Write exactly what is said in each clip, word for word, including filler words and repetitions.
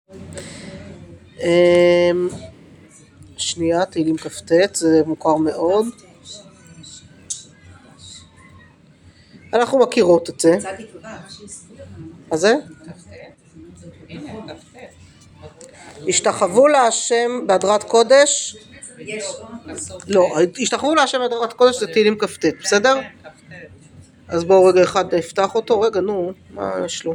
שנייה, תהילים כ"ט, זה מוכר מאוד. אנחנו מכירות את זה. מה זה? השתחוו להשם בהדרת קודש. לא, השתחוו להשם בהדרת קודש זה תהילים כ"ט, בסדר? אז בואו רגע אחד נפתח אותו. רגע, נו, מה יש לו?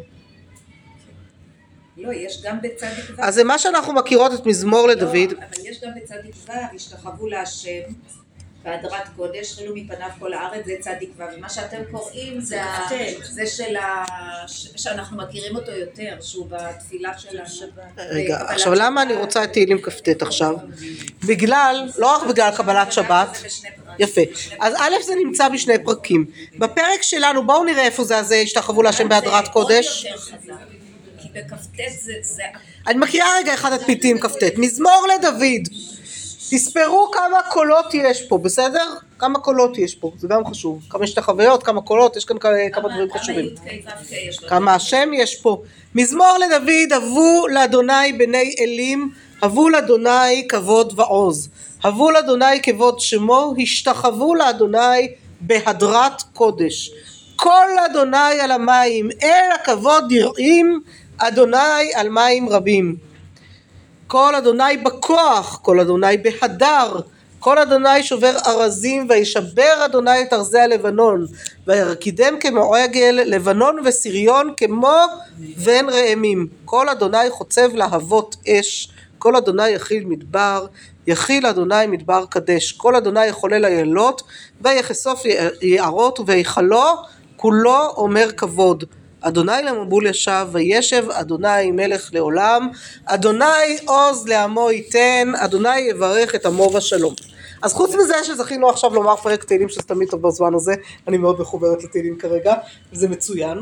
לא, יש גם בצדיק ו'. אז זה מה שאנחנו מכירות את מזמור לדוד. לא, אבל יש גם בצדיק ו', השתחוו להשם בהדרת קודש, חילו מפניו כל הארץ, זה צדיק ו'. ומה שאתם קוראים זה זה של ה... שאנחנו מכירים אותו יותר, שהוא בתפילה של השבת. רגע, עכשיו למה אני רוצה את תהילים כ"ט עכשיו? בגלל, לא רק בגלל קבלת שבת. יפה. אז א' זה נמצא בשני פרקים. בפרק שלנו, בואו נראה איפה זה הזה, השתחוו להשם בהדרת קודש. כי בכ"ט זה... זה... אני מכירה רגע אחד את תהילים כ"ט. מזמור לדוד. תספרו כמה קולות יש פה, בסדר? כמה קולות יש פה, זה גם חשוב. כמה יש את החוויות, כמה קולות, יש כאן כמה דברים חשובים. כמה השם יש פה. מזמור לדוד, הבו לאדוני בני אלים, הבו לאדוני כבוד ועוז. הבו לאדוני כבוד שמו, השתחוו לאדוני בהדרת קודש. כל אדוני על המים, אל הכבוד יראים, אדוני על מים רבים. כל אדוני בכוח, כל אדוני בהדר, כל אדוני שובר ארזים, וישבר אדוני את ארזי הלבנון, וירקידם כמו עגל, לבנון וסריון כמו בן ראמים. כל אדוני חוצב להבות אש, כל אדוני יכיל מדבר, יכיל אדוני מדבר קדש, כל אדוני יחולל איילות, ויחשוף יערות, ויחלו כולו אומר כבוד. אדוני למבול ישב, וישב אדוני מלך לעולם, אדוני עוז לעמו ייתן, אדוני יברך את עמו בשלום. אז חוץ מזה שזכינו עכשיו לומר פרק תהילים שזה תמיד טוב בזמן הזה, אני מאוד מחוברת לתהילים כרגע, וזה מצוין.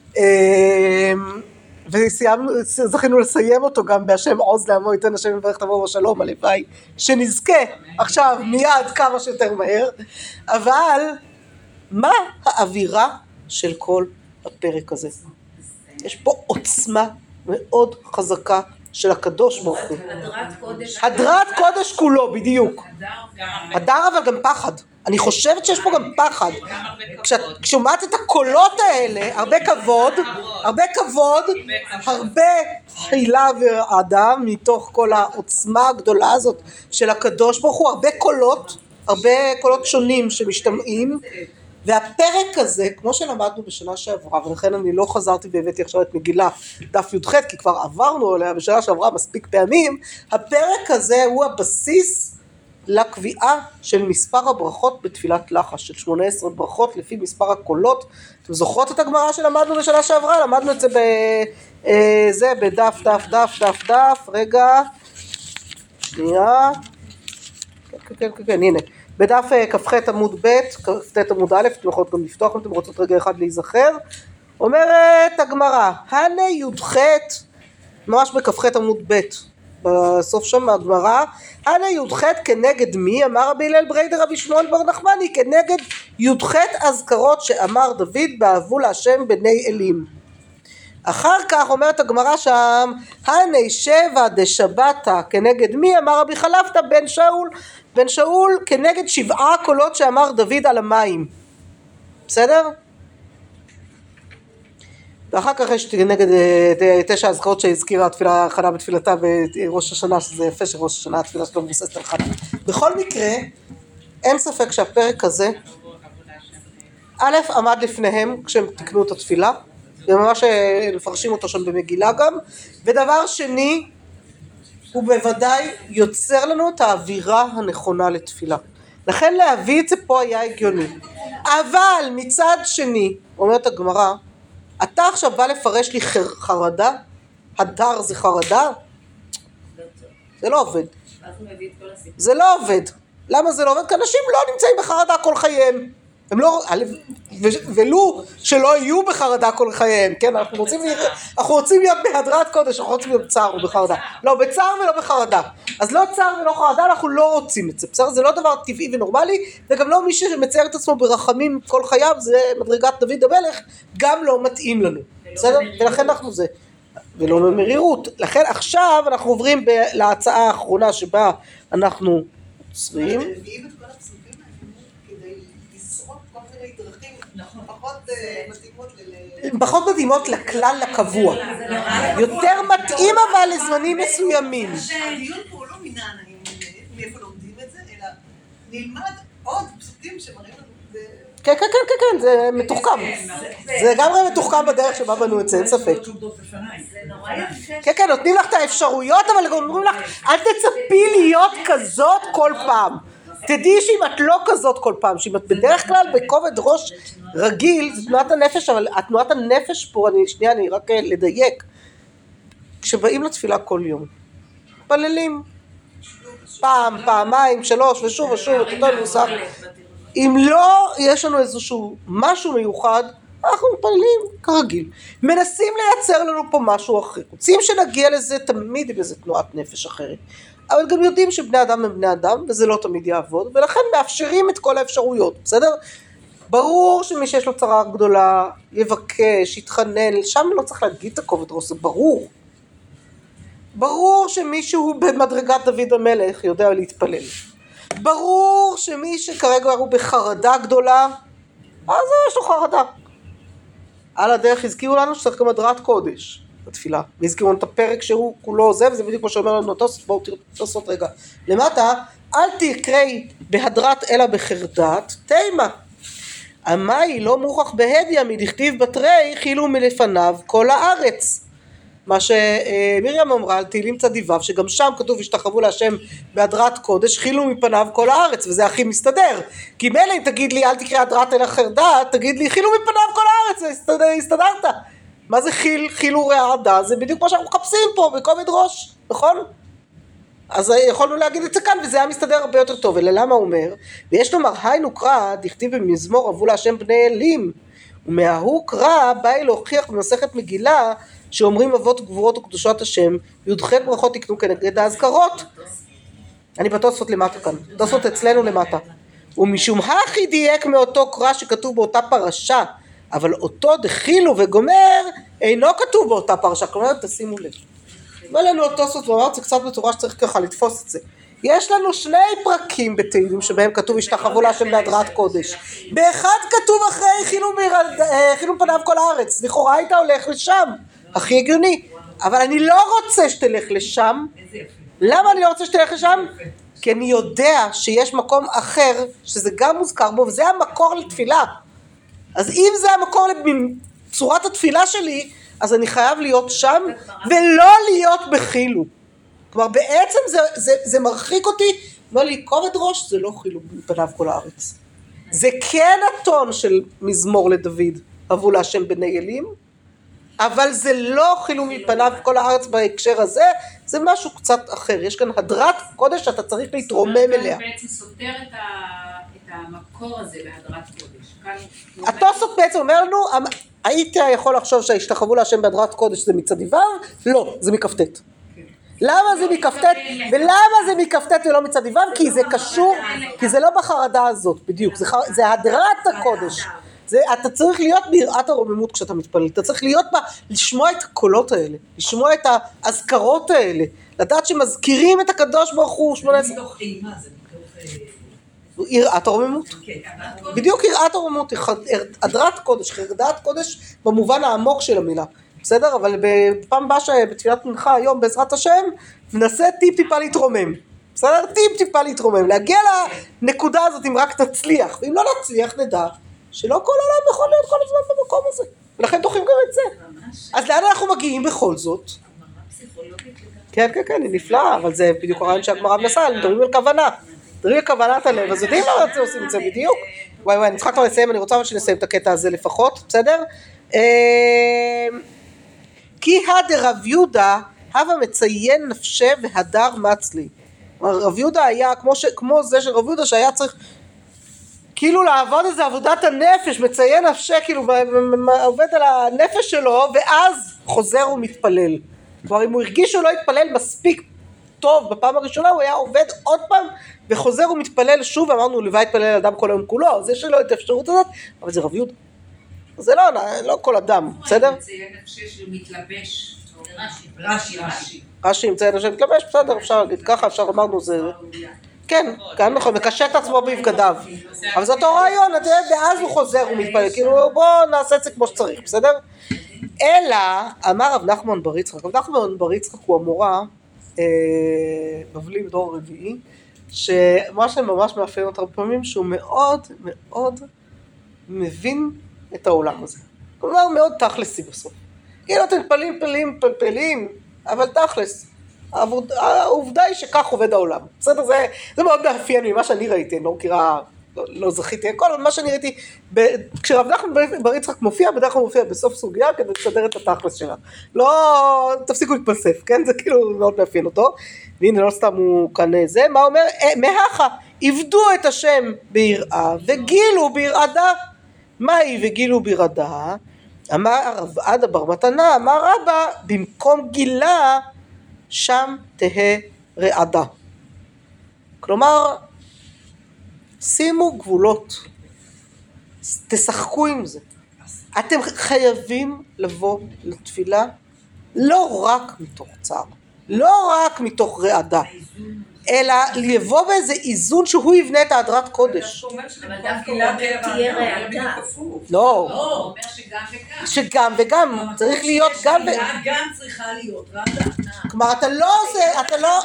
וזכינו לסיים אותו גם בהשם עוז לעמו ייתן, השם יברך את עמו בשלום, הלוואי שנזכה עכשיו מיד כמה שיותר מהר. אבל מה האווירה של כל הפרק הזה? יש פה עוצמה מאוד חזקה של הקדוש ברוך הוא. הדרת קודש כולו, בדיוק. הדר אבל גם פחד. אני חושבת שיש פה גם פחד. כשאת שומעת את הקולות האלה, הרבה כבוד, הרבה כבוד, הרבה חילה ורעדה מתוך כל העוצמה הגדולה הזאת של הקדוש ברוך הוא, הרבה קולות, הרבה קולות שונים שמשתמעים. והפרק הזה, כמו שלמדנו בשנה שעברה, ולכן אני לא חזרתי והבאתי עכשיו את מגילה דף י"ח, כי כבר עברנו עליה בשנה שעברה מספיק פעמים, הפרק הזה הוא הבסיס לקביעה של מספר הברכות בתפילת לחש, של שמונה עשרה ברכות לפי מספר הקולות. אתם זוכרות את הגמרא שלמדנו בשנה שעברה? למדנו את זה בזה, בדף, דף, דף, דף, דף, רגע, שנייה, כן, כן, כן, כן, הנה. בדף כ"ח עמוד ב', כ"ט עמוד א', אתם יכולות גם לפתוח אם אתם רוצות רגע אחד להיזכר. אומרת הגמרא, הנה י"ח, ממש בכ"ח עמוד ב', בסוף שם הגמרא, הנה י"ח כנגד מי? אמר רבי הלל ברי דרבי שמואל בר נחמני, כנגד י"ח אזכרות שאמר דוד באהבו להשם בני אלים. אחר כך אומרת הגמרא שם, הנה שבע דשבתא כנגד מי? אמר רבי חלפתא בן שאול, בן שאול כנגד שבעה קולות שאמר דוד על המים. בסדר? ואחר כך יש כנגד תשע אזכרות שהזכירה התפילה הכנה בתפילתה בראש השנה, שזה יפה שראש השנה התפילה שלו מבוססת על חנה. בכל מקרה, אין ספק שהפרק הזה, א' עמד לפניהם כשהם תקנו את התפילה, וממש מפרשים אותו שם במגילה גם, ודבר שני, הוא בוודאי יוצר לנו את האווירה הנכונה לתפילה. לכן להביא את זה פה היה הגיוני. אבל מצד שני, אומרת הגמרא, אתה עכשיו בא לפרש לי חרדה? הדר זה חרדה? זה לא עובד. זה לא עובד. למה זה לא עובד? כי אנשים לא נמצאים בחרדה כל חייהם. הם לא, ולו שלא יהיו בחרדה כל חייהם, כן, אנחנו רוצים, אנחנו רוצים להיות בהדרת קודש, אנחנו רוצים להיות בצער או בחרדה, לא בצער ולא בחרדה, אז לא צער ולא חרדה, אנחנו לא רוצים את זה, בסדר? זה לא דבר טבעי ונורמלי, וגם לא מי שמצייר את עצמו ברחמים כל חייו, זה מדרגת דוד המלך, גם לא מתאים לנו, בסדר? ולכן אנחנו זה, ולא ממרירות. לכן עכשיו אנחנו עוברים ב- להצעה האחרונה שבה אנחנו עוצרים. אתם מביאים את כל הפסוקים האלה כדי לשרוד כל מיני דרכים פחות מתאימות ל... פחות מתאימות לכלל הקבוע. יותר מתאים אבל לזמנים מסוימים. הדיון פה הוא לא מנהן, מאיפה לומדים את זה, אלא נלמד עוד פסוקים שמראים לנו... כן, כן, כן, כן, זה מתוחכם. זה לגמרי מתוחכם בדרך שבה בנו את זה, אין ספק. כן, כן, נותנים לך את האפשרויות, אבל אומרים לך, אל תצפי להיות כזאת כל פעם. תדעי שאם את לא כזאת כל פעם, שאם את בדרך כלל בכובד ראש רגיל, זה תנועת הנפש, אבל התנועת הנפש פה, אני, שנייה, אני רק לדייק, כשבאים לתפילה כל יום, פללים, פעם, פעמיים, שלוש, ושוב ושוב, את אותו נוסח, אם לא יש לנו איזשהו משהו מיוחד, אנחנו מתפללים כרגיל. מנסים לייצר לנו פה משהו אחר. רוצים שנגיע לזה תמיד עם איזו תנועת נפש אחרת. אבל גם יודעים שבני אדם הם בני אדם, וזה לא תמיד יעבוד, ולכן מאפשרים את כל האפשרויות, בסדר? ברור שמי שיש לו צרה גדולה, יבקש, יתחנן, שם לא צריך להגיד את הכובד ראש, זה ברור. ברור שמישהו במדרגת דוד המלך יודע להתפלל. ברור שמי שכרגע הוא בחרדה גדולה, אז יש לו חרדה. על הדרך הזכירו לנו שצריך גם הדרת קודש בתפילה. והזכירו לנו את הפרק שהוא כולו עוזב, וזה בדיוק כמו שאומר לנו תוספות, בואו תוספות רגע. למטה, אל תקראי בהדרת אלא בחרדת, תימה. המאי לא מוכח בהדיה מדכתיב בתרי, חילו מלפניו כל הארץ. מה שמרים אמרה על תהילים צדיו, שגם שם כתוב השתחוו להשם בהדרת קודש, חילו מפניו כל הארץ, וזה הכי מסתדר. כי מילא אם תגיד לי אל תקרא הדרת אלא חרדת, תגיד לי חילו מפניו כל הארץ, הסתדר, הסתדרת. מה זה חיל, חילו רעדה? זה בדיוק מה שאנחנו מחפשים פה בכובד ראש, נכון? אז יכולנו להגיד את זה כאן, וזה היה מסתדר הרבה יותר טוב. ולמה הוא אומר? ויש לומר, היינו קרא, דכתיב במזמור, אבו להשם בני אלים, ומההוא קרא, באי להוכיח במסכת מגילה, שאומרים אבות גבורות וקדושות השם, י"ח ברכות יקנו כנגד האזכרות. אני בתוספות למטה כאן, תוספות אצלנו למטה. ומשום הכי דייק מאותו קרא שכתוב באותה פרשה, אבל אותו דחילו וגומר, אינו כתוב באותה פרשה. כלומר, תשימו לב. מה לנו התוספות, ואמרת זה קצת בצורה שצריך ככה לתפוס את זה. יש לנו שני פרקים בתהילים שבהם כתוב השתחוו להשם בהדרת קודש. באחד כתוב אחרי חילו, מרד, חילו פניו כל הארץ. לכאורה היית הולך לשם. הכי הגיוני, אבל אני לא רוצה שתלך לשם. למה אני לא רוצה שתלך לשם? כי אני יודע שיש מקום אחר שזה גם מוזכר בו, וזה המקור לתפילה. אז אם זה המקור לצורת התפילה שלי, אז אני חייב להיות שם ולא להיות בחילו. כלומר בעצם זה, זה, זה מרחיק אותי, אומר לי כובד ראש זה לא חילו מפניו כל הארץ. זה כן הטון של מזמור לדוד, אבו להשם בני אלים, אבל זה לא חילו מפניו כל הארץ בהקשר הזה, זה משהו קצת אחר. יש כאן הדרת קודש שאתה צריך להתרומם אליה. בעצם סותר את, ה... את המקור הזה בהדרת קודש. התוספות בעצם אומר לנו, היית יכול לחשוב שהשתחוו להשם בהדרת קודש זה מצדיו? לא, זה מכ"ט. למה זה מכ"ט? ולמה זה מכ"ט ולא מצדיו? כי זה קשור, כי זה לא בחרדה הזאת, בדיוק, זה, זה הדרת הקודש. זה, אתה צריך להיות ביראת הרוממות כשאתה מתפלל, אתה צריך להיות בה, לשמוע את הקולות האלה, לשמוע את האזכרות האלה, לדעת שמזכירים את הקדוש ברוך הוא שמונה עשרה. זה מתוך אימה, זה מתוך... יראת הרוממות. בדיוק יראת הרוממות, הדרת קודש, חרדת קודש במובן העמוק של המילה, בסדר? אבל בפעם הבאה שבתפילת מנחה היום בעזרת השם, ננסה טיפ טיפה להתרומם, בסדר? טיפ טיפה להתרומם, להגיע לנקודה הזאת אם רק תצליח, ואם לא נצליח נדע שלא כל העולם יכול להיות כל הזמן במקום הזה, ולכן דוחים גם את זה. אז לאן אנחנו מגיעים בכל זאת? כן, כן, כן, היא נפלאה, אבל זה בדיוק הרעיון שהגמרא מנסה, מדברים על כוונה, מדברים על כוונת הלב, אז יודעים למה אתם עושים את זה בדיוק? וואי וואי, אני צריכה כבר לסיים, אני רוצה אבל שנסיים את הקטע הזה לפחות, בסדר? כי הדרב יהודה, הווה מציין נפשה והדר מצלי. רב יהודה היה, כמו, ש, כמו זה של רב יהודה שהיה צריך, כאילו לעבוד איזה עבודת הנפש, מציין נפשה, כאילו עובד על הנפש שלו, ואז חוזר ומתפלל. כלומר, אם הוא הרגיש שהוא לא התפלל מספיק טוב בפעם הראשונה, הוא היה עובד עוד פעם, וחוזר ומתפלל שוב, ואמרנו, לוואי התפלל אדם כל היום כולו, אז יש לו את האפשרות הזאת, אבל זה רב יהודה. זה לא, לא כל אדם, בסדר? מציין נפשה שהוא מתלבש. רש"י, רש"י. רש"י ימצא את השם מתלבש, בסדר, אפשר להגיד ככה, אפשר אמרנו זה... כן, כן נכון, מקשט עצמו בבגדיו. אבל זה אותו רעיון, ואז הוא חוזר ומתפלל, כאילו בוא נעשה את זה כמו שצריך, בסדר? אלא, אמר רב נחמן בר יצחק, רב נחמן בר יצחק הוא המורה, בבלי בדור רביעי, שמה שממש מאפיין אותה בפעמים, שהוא מאוד מאוד מבין את העולם הזה. כלומר, מאוד תכלסי בסוף. כאילו אתם פלים פלים פלפלים, אבל תכלס. העובדה היא שכך עובד העולם. בסדר, זה, זה מאוד מאפיין ממה שאני ראיתי, אני לא מכירה, לא, לא זכיתי, כל מה שאני ראיתי, ב, כשרב נחמן בר יצחק מופיע, בדרך כלל מופיע בסוף סוגיה כדי לסדר את התכלס שלה. לא, תפסיקו להתפלסף, כן? זה כאילו מאוד מאפיין אותו. והנה לא סתם הוא כאן זה, מה אומר? מהכה, עבדו את השם ביראה וגילו בירעדה. מהי וגילו בירעדה? אמר רב עדה בר מתנה, אמר רבא, במקום גילה, שם תהה רעדה. כלומר, שימו גבולות, תשחקו עם זה. אתם חייבים לבוא לתפילה לא רק מתוך צער, לא רק מתוך רעדה, אלא לבוא באיזה איזון שהוא יבנה את ההדרת קודש. אבל דווקא הוא אומר תהיה רעדה. לא, הוא אומר שגם וגם. שגם וגם, צריך להיות גם וגם. גם צריכה להיות רעדה. כלומר, אתה לא עושה, אתה לא...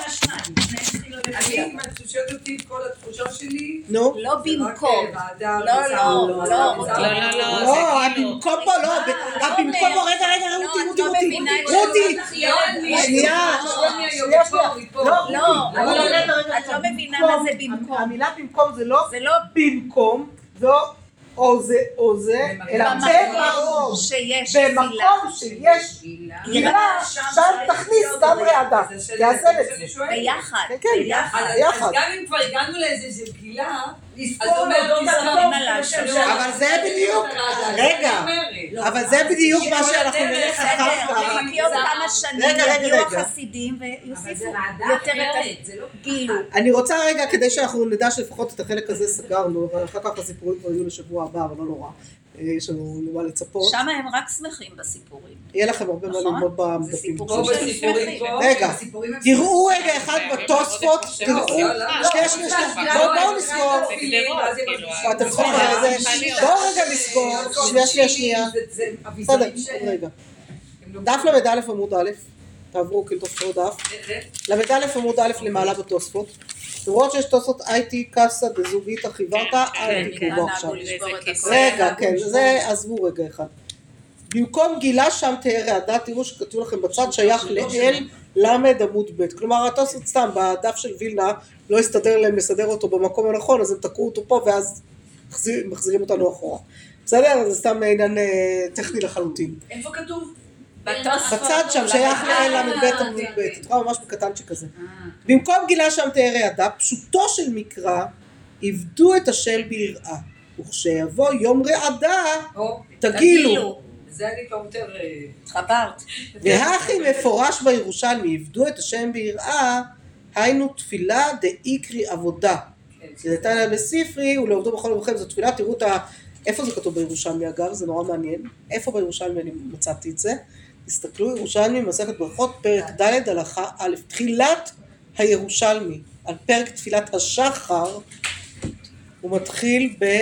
אני שואלת אותי את כל התחושה שלי. נו. לא במקום. לא, לא, לא, לא. לא, לא, לא, במקום פה, לא, במקום פה, רגע, רגע, רותי, רותי, רותי, רותי, שנייה, שנייה, לא, את לא מבינה מה זה במקום. המילה במקום זה לא זה לא במקום, זו או זה או זה, אלא במקום שיש במקום שיש גילה, שם תכניס גם רעדה, תעשה את זה. ביחד. כן, כן, ביחד. אז גם אם כבר הגענו לאיזה גילה, אז לספור אומר להודות על תזכור. הטוב. אבל זה בדיוק, רגע, אבל זה בדיוק מה שאנחנו נלך אחר כך. נחכי עוד כמה שנים, רגע, רגע, יגיעו רגע. החסידים ויוסיפו יותר את הגילו. אני רוצה רגע, כדי שאנחנו נדע שלפחות את החלק הזה סגרנו, ואחר כך הסיפורים כבר יהיו לשבוע הבא, אבל לא נורא. יש לנו למה לצפות. שם הם רק שמחים בסיפורים. יהיה לכם הרבה מה ללמוד במדפים. זה סיפורים של שמחים. רגע, תראו רגע אחד בתוספות, תראו, שנייה, שנייה, שנייה, בואו נסגור. אתם צריכים לזה, בואו רגע נסגור, שנייה, שנייה, שנייה. בסדר, רגע. דף למד א' עמוד א', תעברו כאילו תופסו דף. למד א' עמוד א' למעלה בתוספות. למרות שיש תוספות הייתי קסה דזוגית החיברתה, אל תקראו עכשיו. רגע, כן, זה עזבו רגע אחד. במקום גילה שם תהיה רעדה, תראו שכתוב לכם בצד שייך לאל למד עמוד ב'. כלומר, התוספות סתם בדף של וילנה לא הסתדר להם לסדר אותו במקום הנכון, אז הם תקעו אותו פה ואז מחזירים אותנו אחורה. בסדר? זה סתם עניין טכני לחלוטין. איפה כתוב? בצד שם שייך לאל למד ב' עמוד ב'. תקרא ממש בקטנצ'יק כזה. במקום גילה שם תהיה רעדה, פשוטו של מקרא, עבדו את השם ביראה, וכשיבוא יום רעדה, תגילו. זה אני כבר יותר... התחברת. והכי מפורש בירושלמי, עבדו את השם ביראה, היינו תפילה דאיקרי עבודה. זה הייתה להם בספרי, ולעובדו בכל לבכם, זו תפילה, תראו את ה... איפה זה כתוב בירושלמי אגב? זה נורא מעניין. איפה בירושלמי אני מצאתי את זה? תסתכלו, ירושלמי מסכת ברכות, פרק ד' הלכה א', תחילת הירושלמי, על פרק תפילת השחר, הוא מתחיל ב...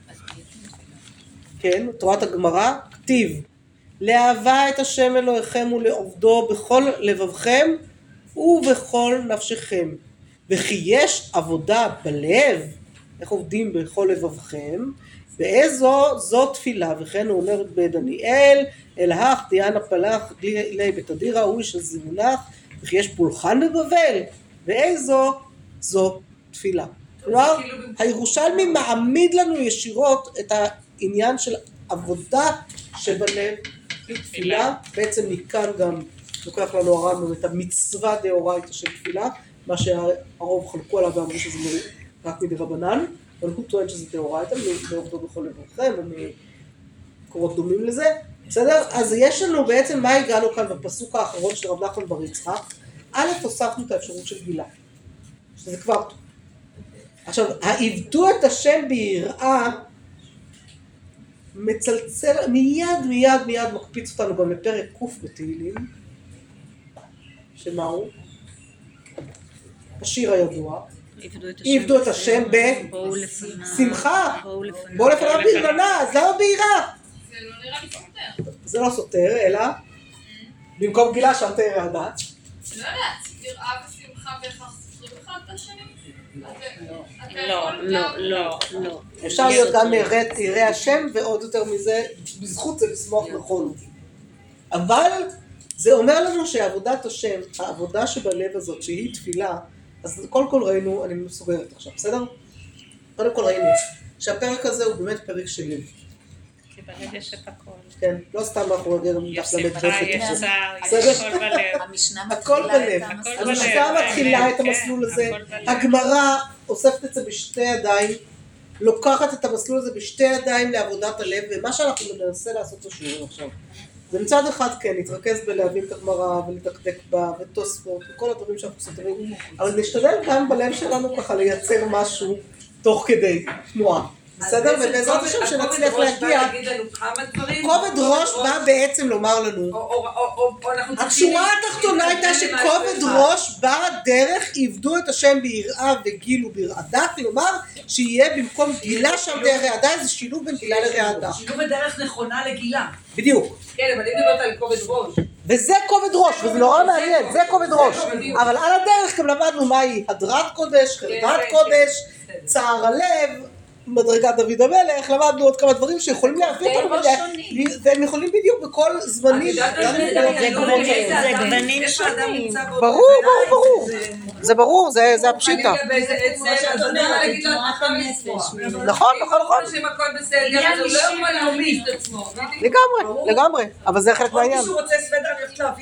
כן, תורת הגמרא, כתיב, לאהבה את השם אלוהיכם ולעובדו בכל לבבכם ובכל נפשכם, וכי יש עבודה בלב, איך עובדים בכל לבבכם, ואיזו זו תפילה, וכן הוא אומר בדניאל, אלהך דיאנה פלח לי בתדירה, הוא איש הזימונך, וכי יש פולחן בבבל, ואיזו זו תפילה. כלומר, הירושלמי מעמיד לנו ישירות את העניין של עבודה שבלב תפילה, בעצם מכאן גם לוקח לנו הרמב"ם את המצווה דאורייתא של תפילה, מה שהרוב חלקו עליו ואמרו שזה רק מדרבנן, אבל הוא טוען שזה דאורייתא, מעובדו בכל לבבכם ומקורות דומים לזה, בסדר? אז יש לנו בעצם מה הגענו כאן בפסוק האחרון של רב נחמן בר יצחק, א' הוספנו את האפשרות של גילה, שזה כבר טוב. עכשיו, העבדו את השם ביראה, מצלצל, מיד מיד מיד מקפיץ אותנו גם לפרק ק' בתהילים, שמה הוא? השיר הידוע. עבדו את השם עבדו את השם בשמחה. בואו לפניו ברננה, אז למה ביראה? זה לא נראה לי סותר. זה לא סותר, אלא במקום גילה שם תראה הדת. לא יודעת, יראה ושמחה בהכרח סופרים אחד את השני? לא, לא, לא, לא. אפשר להיות גם ירא השם, ועוד יותר מזה, בזכות זה לשמוח נכון. אבל זה אומר לנו שעבודת השם, העבודה שבלב הזאת, שהיא תפילה, אז קודם כל ראינו, אני מסוגרת עכשיו, בסדר? קודם כל ראינו שהפרק הזה הוא באמת פרק של לב. כי בלב יש את הכל. כן, לא סתם אנחנו נגיד גם יש דף למד שמחה, יש ב' צער, יש הכל בלב. המשנה הכל מתחילה בלב, את המסלול. הכל המשנה בלב, מתחילה את כן, המסלול הזה, הכל בלב. הגמרא אוספת את זה בשתי ידיים, לוקחת את המסלול הזה בשתי ידיים לעבודת הלב, ומה שאנחנו ננסה לעשות בשיעורים עכשיו, זה מצד אחד כן, להתרכז בלהבין את הגמרא ולדקדק בה, ותוספות, וכל הדברים שאנחנו סותרים, אבל נשתדל גם בלב שלנו ככה לייצר משהו תוך כדי תנועה. בסדר? ובעזרת השם שנצליח להגיע, כובד ראש בא בעצם לומר לנו, השורה התחתונה הייתה שכובד ראש בא דרך עבדו את השם ביראה וגילו ברעדה, כלומר שיהיה במקום גילה שם ברעדה, זה שילוב בין גילה לרעדה. שילוב בדרך נכונה לגילה. בדיוק. כן, אבל אני מדברת על כובד ראש. וזה כובד ראש, וזה נורא מעניין, זה כובד ראש. אבל על הדרך גם למדנו מהי הדרת קודש, חרדת קודש, צער הלב, מדרגת דוד המלך, למדנו עוד כמה דברים שיכולים להביא אותנו, והם יכולים בדיוק בכל זמנים. זה גוונים שונים. ברור, ברור, ברור. זה ברור, זה הפשיטה. נכון, נכון, נכון. לגמרי, לגמרי. אבל זה חלק מהעניין. מישהו רוצה סוודר, אני הולכת להביא.